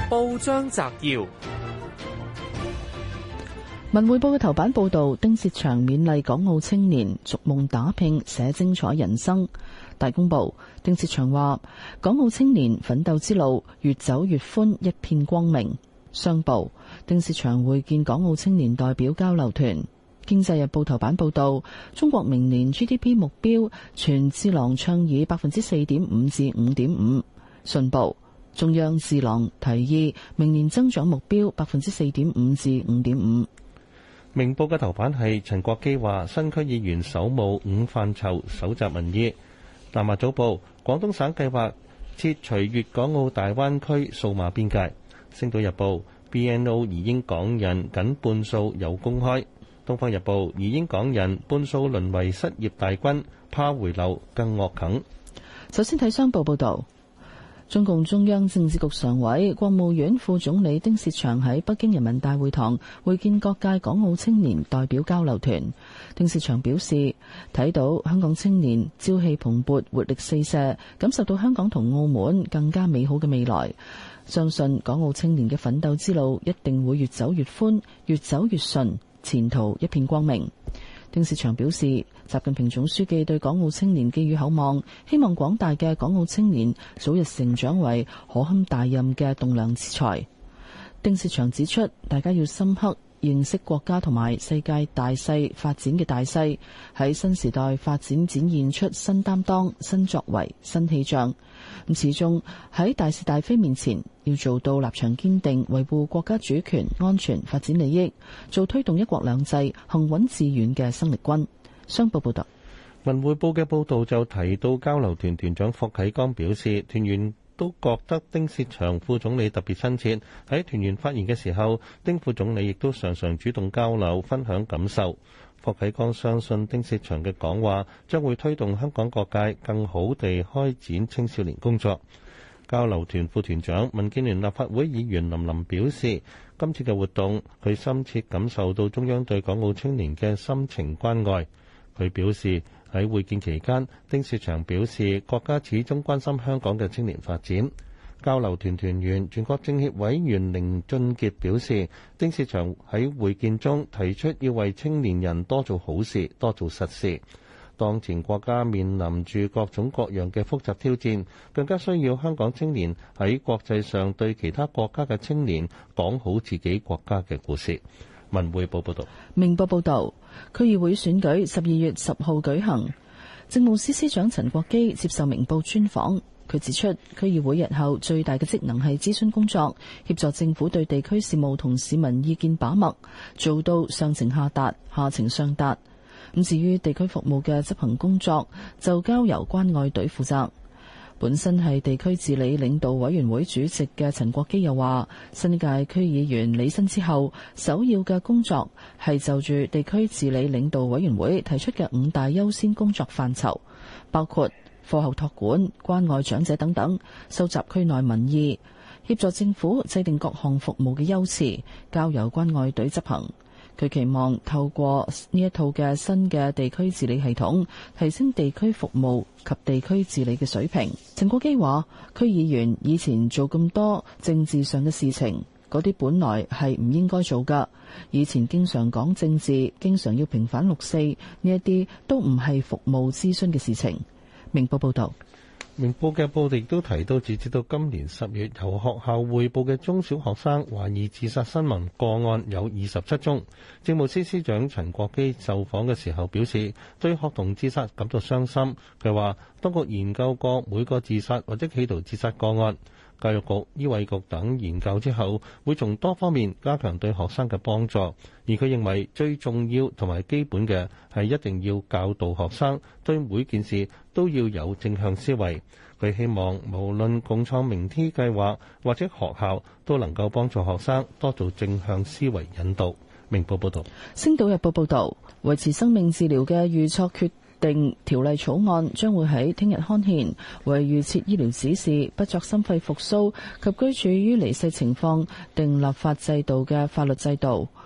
報章摘要： 文匯報嘅頭版報道，丁薛祥勉勵港澳青年逐夢打拼，寫精彩人生。大公報，丁薛祥話：港澳青年奮鬥之路越走越寬，一片光明。商報，丁薛祥會見港澳青年代表交流團。經濟日報頭版報道，中國明年 GDP 目標，全智囊倡議4.5%至5.5%。信報，中央智囊提議明年增長目標4.5%至5.5%。 明報嘅頭版係陳國基話新區議員首務5範疇搜集民意。南華早報，廣東省計劃撤除粵港澳大灣區數碼邊界。星島日報， BNO 移英港人僅半數有公開。東方日報，移英港人半數淪為失業大軍，怕回流更惡啃。 首先睇商報報道。中共中央政治局常委、國務院副總理丁薛祥喺北京人民大會堂會見各界港澳青年代表交流團。丁薛祥表示，睇到香港青年朝氣蓬勃、活力四射，感受到香港同澳門更加美好嘅未來，相信港澳青年嘅奮鬥之路一定會越走越寬、越走越順，前途一片光明。丁薛祥表示，習近平總書記對港澳青年寄予厚望，希望廣大嘅港澳青年早日成長為可堪大任嘅棟樑之才。丁薛祥指出，大家要深刻認識國家同埋世界大勢發展嘅大勢，喺新時代發展展現出新擔當、新作為、新氣象。咁始終喺大是大非面前，要做到立場堅定，維護國家主權、安全、發展利益，做推動一國兩制行穩致遠嘅生力軍。商報報道。 文匯報嘅報導就提到，交流團團長霍啟剛表示，團員都覺得丁薛祥副總理特別親切。喺團員發言嘅時候，丁副總理亦都常常主動交流，分享感受。霍啟剛相信丁薛祥嘅講話將會推動香港各界更好地開展青少年工作。交流團副團長民建聯立法會議員林琳表示，今次嘅活動佢深切感受到中央對港澳青年嘅深情關愛。佢表示，喺會見期間，丁薛祥表示國家始終關心香港嘅青年發展。交流團團員全國政協委員凌俊傑表示，丁薛祥喺會見中提出要為青年人多做好事、多做實事。當前國家面臨住各種各樣嘅複雜挑戰，更加需要香港青年喺國際上對其他國家嘅青年講好自己國家嘅故事。文匯報報道。 明報報道，區議會選舉12月10號舉行。政務司司長陳國基接受明報專訪，佢指出，區議會日後最大嘅職能係諮詢工作，協助政府對地區事務同市民意見把脈，做到上情下達、下情上達。咁至於地區服務嘅執行工作，就交由關愛隊負責。本身係地區治理領導委員會主席嘅陳國基又話，新一屆區議員履新之後，首要嘅工作係就住地區治理領導委員會提出嘅5大優先工作範疇，包括課後託管、關愛長者等等，收集區內民意，協助政府制定各項服務嘅優次，交由關愛隊執行。佢期望透過呢一套嘅新嘅地區治理系統，提升地區服務及地區治理嘅水平。陳國基話，區議員以前做咁多政治上嘅事情，嗰啲本來係唔應該做㗎。以前經常講政治，經常要平反6·4，呢一啲都唔係服務諮詢嘅事情。明報報道。 明報嘅報道亦都提到，截至到今年10月，由學校匯報嘅中小學生懷疑自殺新聞個案有27宗。政務司司長陳國基受訪嘅時候表示，對學童自殺感到傷心。佢話，當局研究過每個自殺或者企圖自殺個案，教育局、醫衛局等研究之後，會從多方面加強對學生嘅幫助。而佢認為最重要同埋基本嘅係一定要教導學生對每件事都要有正向思維。佢希望無論共創明 T 計劃或者學校都能夠幫助學生多做正向思維引導。明報報道。 星島日報報道，維持生命治療嘅預測決定條例草案將會喺聽日刊憲，為預設醫療指示、不作心肺復甦及居處於離世情況定立法制度嘅法律制度。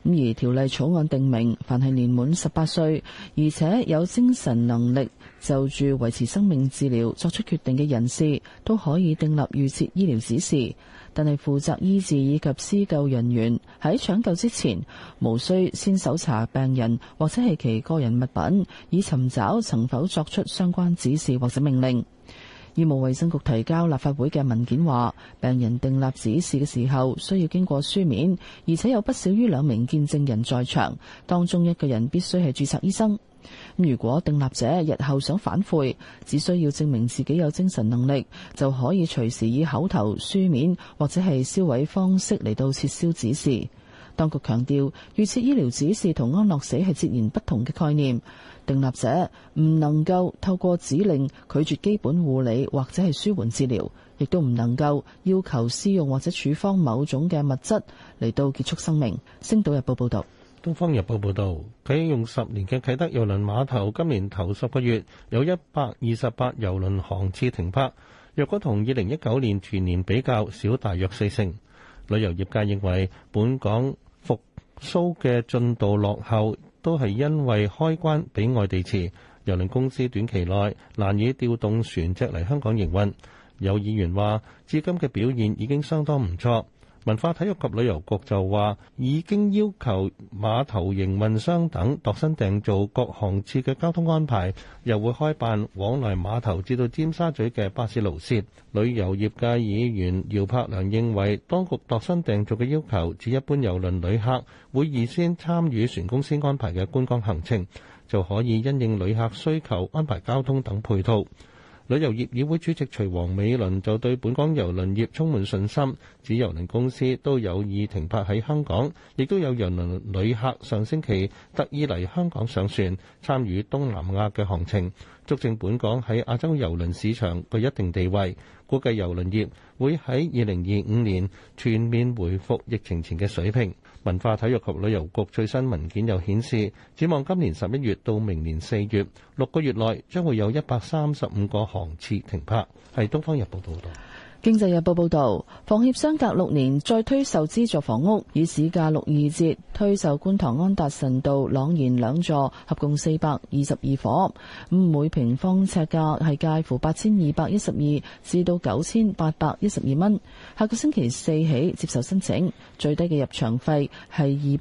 而條例草案定明，凡係年滿18歲，而且有精神能力就住維持生命治療作出決定嘅人士，都可以訂立預設醫療指示。但係負責醫治以及施救人員喺搶救之前，無需先搜查病人或者係其個人物品，以尋找曾否作出相關指示或者命令。醫務衛生局提交立法會嘅文件話，病人訂立指示嘅時候需要經過書面，而且有不少於2名見證人在場，當中一個人必須係註冊醫生。如果訂立者日後想反悔，只需要證明自己有精神能力，就可以隨時以口頭、書面或者係銷毀方式嚟到撤銷指示。當局強調，預設醫療指示同安樂死係截然不同嘅概念。訂立者唔能夠透過指令拒絕基本護理或者係舒緩治療，亦都唔能夠要求施用或者處方某種嘅物質嚟到結束生命。星島日報報道。 東方日報報導，啟用10年嘅啟德郵輪碼頭，今年頭10個月有128郵輪航次停泊，若果同2019年全年比較，少大約40%。旅遊業界認為，本港復甦嘅進度落後，都係因為開關比外地遲，郵輪公司短期內難以調動船隻嚟香港營運。有議員話，至今嘅表現已經相當唔錯。文化體育及旅遊局就話，已經要求碼頭營運商等度身訂造各航次嘅交通安排，又會開辦往來碼頭至到尖沙咀嘅巴士路線。旅遊業界議員姚柏良認為，當局度身訂造嘅要求，指一般郵輪旅客會預先參與船公司安排嘅觀光行程，就可以因應旅客需求安排交通等配套。旅遊業議會主席徐王美倫就對本港郵輪業充滿信心，指郵輪公司都有意停泊喺香港，亦都有郵輪旅客上星期特意嚟香港上船參與東南亞嘅航程，足證本港喺亞洲郵輪市場具一定地位。估計郵輪業會喺2025年全面回復疫情前嘅水平。文化體育及旅遊局最新文件又顯示，展望今年11月到明年4月6個月內，將會有135個航次停泊。係《東方日報》報道。 經濟日報報導，房協相隔6年再推售資助房屋，以市價62折推售觀塘安達臣道朗然2座，合共422伙，每平方尺價係介乎8212至到9812蚊。下個星期4起接受申請，最低嘅入場費係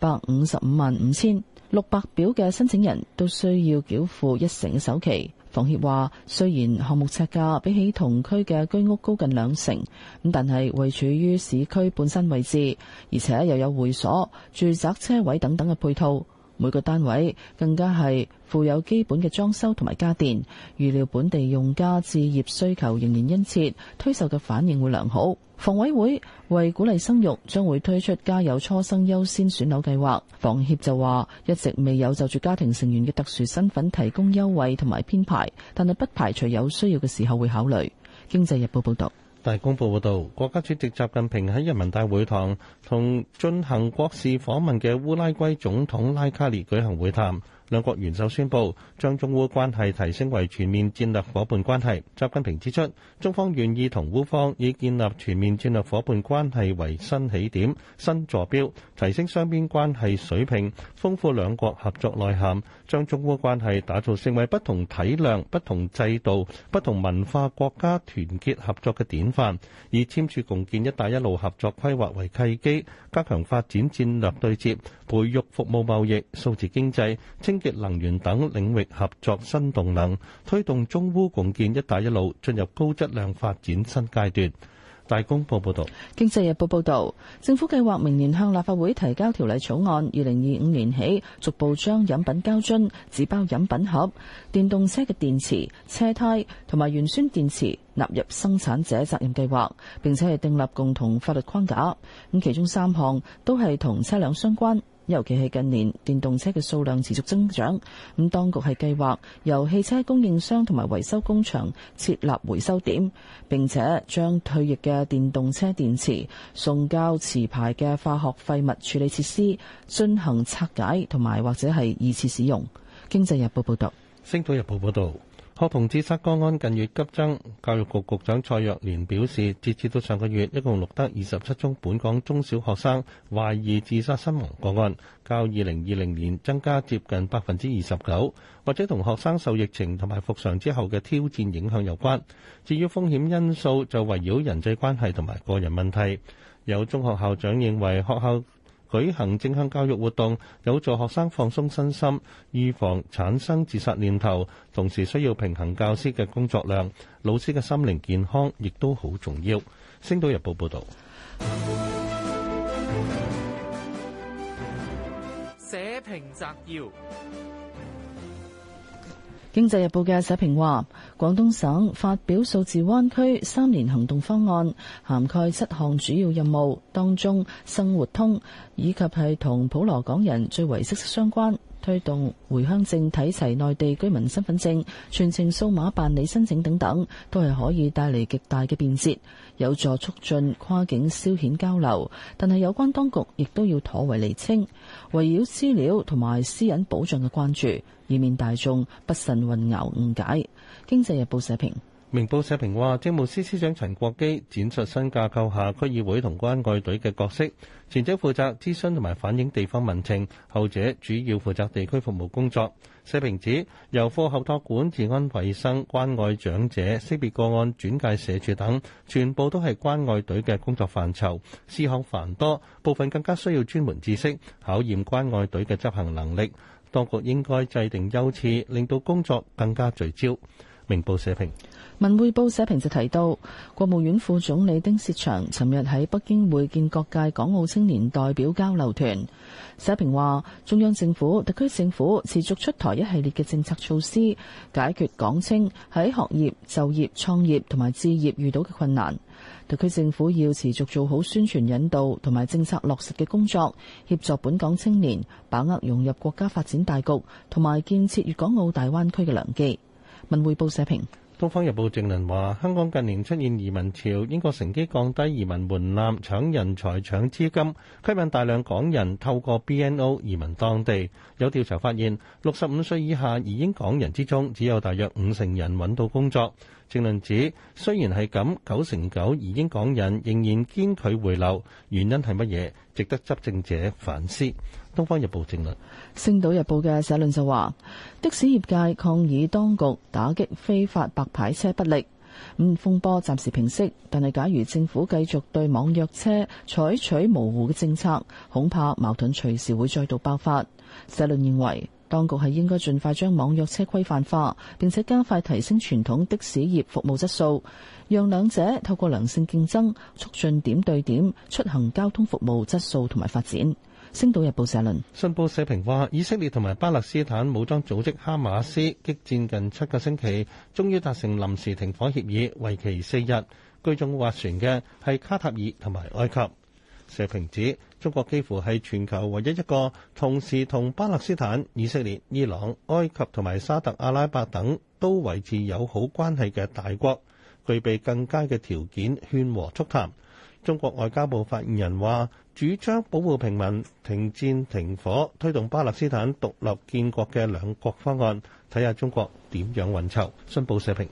255,500，600表嘅申請人都需要繳付1成嘅首期。房協話，雖然項目尺價比起同區嘅居屋高近2成，但係位處於市區半山位置，而且又有會所、住宅車位等等嘅配套，每個單位更加係附有基本嘅裝修同埋家電。預料本地用家置業需求仍然殷切，推售嘅反應會良好。房委會為鼓勵生育，將會推出家有初生優先選樓計劃。房協就話，一直未有就住家庭成員嘅特殊身份提供優惠同埋編排，但係不排除有需要嘅時候會考慮。經濟日報報道。 大公報報導，國家主席習近平喺人民大會堂同進行國事訪問嘅烏拉圭總統拉卡列舉行會談。兩國元首宣布將中烏關係提升為全面戰略夥伴關係。習近平指出，中方願意同烏方以建立全面戰略夥伴關係為新起點、新坐標，提升雙邊關係水平，豐富兩國合作內涵，將中烏關係打造成為不同體量、不同制度、不同文化國家團結合作嘅典範，以簽署共建「一帶一路」合作規劃為契機，加強發展戰略對接，培育服務貿易、數字經濟、清潔能源等領域合作新動能，推動中烏共建「一帶一路」進入高質量發展新階段。大公報報道。 經濟日報報道，政府計劃明年向立法會提交條例草案，2025年起逐步將飲品膠樽、紙包飲品盒、電動車嘅電池、車胎同埋鉛酸電池納入生產者責任計劃，並且係訂立共同法律框架。咁其中3項都係同車輛相關。尤其係近年電動車嘅數量持續增長，咁當局係計劃由汽車供應商同埋維修工場設立回收點，並且將退役嘅電動車電池送交持牌嘅化學廢物處理設施進行拆解同埋或者係二次使用。經濟日報報道。 星島日報報道， 學童自殺個案近月急增，教育局局長蔡若蓮表示，截至到上個月，一共錄得27宗本港中小學生懷疑自殺身亡個案，較2020年增加接近29%，或者同學生受疫情同埋復常之後嘅挑戰影響有關。至於風險因素，就圍繞人際關係同埋個人問題。有中學校長認為學校舉行正向教育活動有助學生放鬆身心，預防產生自殺念頭，同時需要平衡教師嘅工作量，老師嘅心靈健康亦都好重要。星島日報報道。 社評摘要。 經濟日報嘅社評話，廣東省發表數字灣區3年行動方案，涵蓋7項主要任務，當中生活通以及係同普羅港人最為息息相關，推動回鄉證睇齊內地居民身份證、全程數碼辦理申請等等，都係可以帶嚟極大嘅便捷，有助促進跨境消遣交流。但係有關當局亦都要妥為釐清，圍繞資料同埋私隱保障嘅關注，以免大眾不慎混淆誤解。經濟日報社評。 明報社評話，政務司司長陳國基展述新架構下區議會同關愛隊嘅角色，前者負責諮詢同埋反映地方民情，後者主要負責地區服務工作。社評指，由課後託管、治安衛生、關愛長者、識別個案、轉介社署等，全部都係關愛隊嘅工作範疇，事項繁多，部分更加需要專門知識，考驗關愛隊嘅執行能力。當局應該制定優次，令到工作更加聚焦。明報社評。 文匯報社評就提到，國務院副總理丁薛祥尋日喺北京會見各界港澳青年代表交流團。社評話，中央政府、特區政府持續出台一系列嘅政策措施，解決港青喺學業、就業、創業同埋置業遇到嘅困難。特區政府要持續做好宣傳引導同埋政策落實嘅工作，協助本港青年把握融入國家發展大局同埋建設粵港澳大灣區嘅良機。文匯報社評。 《東方日報》正論話，香港近年出現移民潮，英國乘機降低移民門檻，搶人才、搶資金，吸引大量港人透過 BNO 移民當地。有調查發現，65歲以下移英港人之中，只有大約50%人揾到工作。正論指，雖然係咁，9成9移英港人仍然堅拒回流，原因係乜嘢？值得執政者反思。《東方日報》正論。《 星島日報》嘅社論就話，的士業界抗議當局打擊非法白牌車不力，風波暫時平息，但係假如政府繼續對網約車採取模糊嘅政策，恐怕矛盾隨時會再度爆發。社論認為，當局係應該盡快將網約車規範化，並且加快提升傳統的士業服務質素，讓兩者透過良性競爭，促進點對點出行交通服務質素同埋發展。星島日報社論。 信報社評話，以色列同埋巴勒斯坦武裝組織哈馬斯激戰近7個星期，終於達成臨時停火協議，為期4日。居中斡旋嘅係卡塔爾同埋埃及。社評指，中國幾乎係全球唯一一個同時同巴勒斯坦、以色列、伊朗、埃及同埋沙特阿拉伯等都維持友好關係嘅大國，具備更佳嘅條件勸和促談。中國外交部發言人話，主張保護平民、停戰停火、推動巴勒斯坦獨立建國嘅兩國方案，睇下中國點樣運籌。信報社評。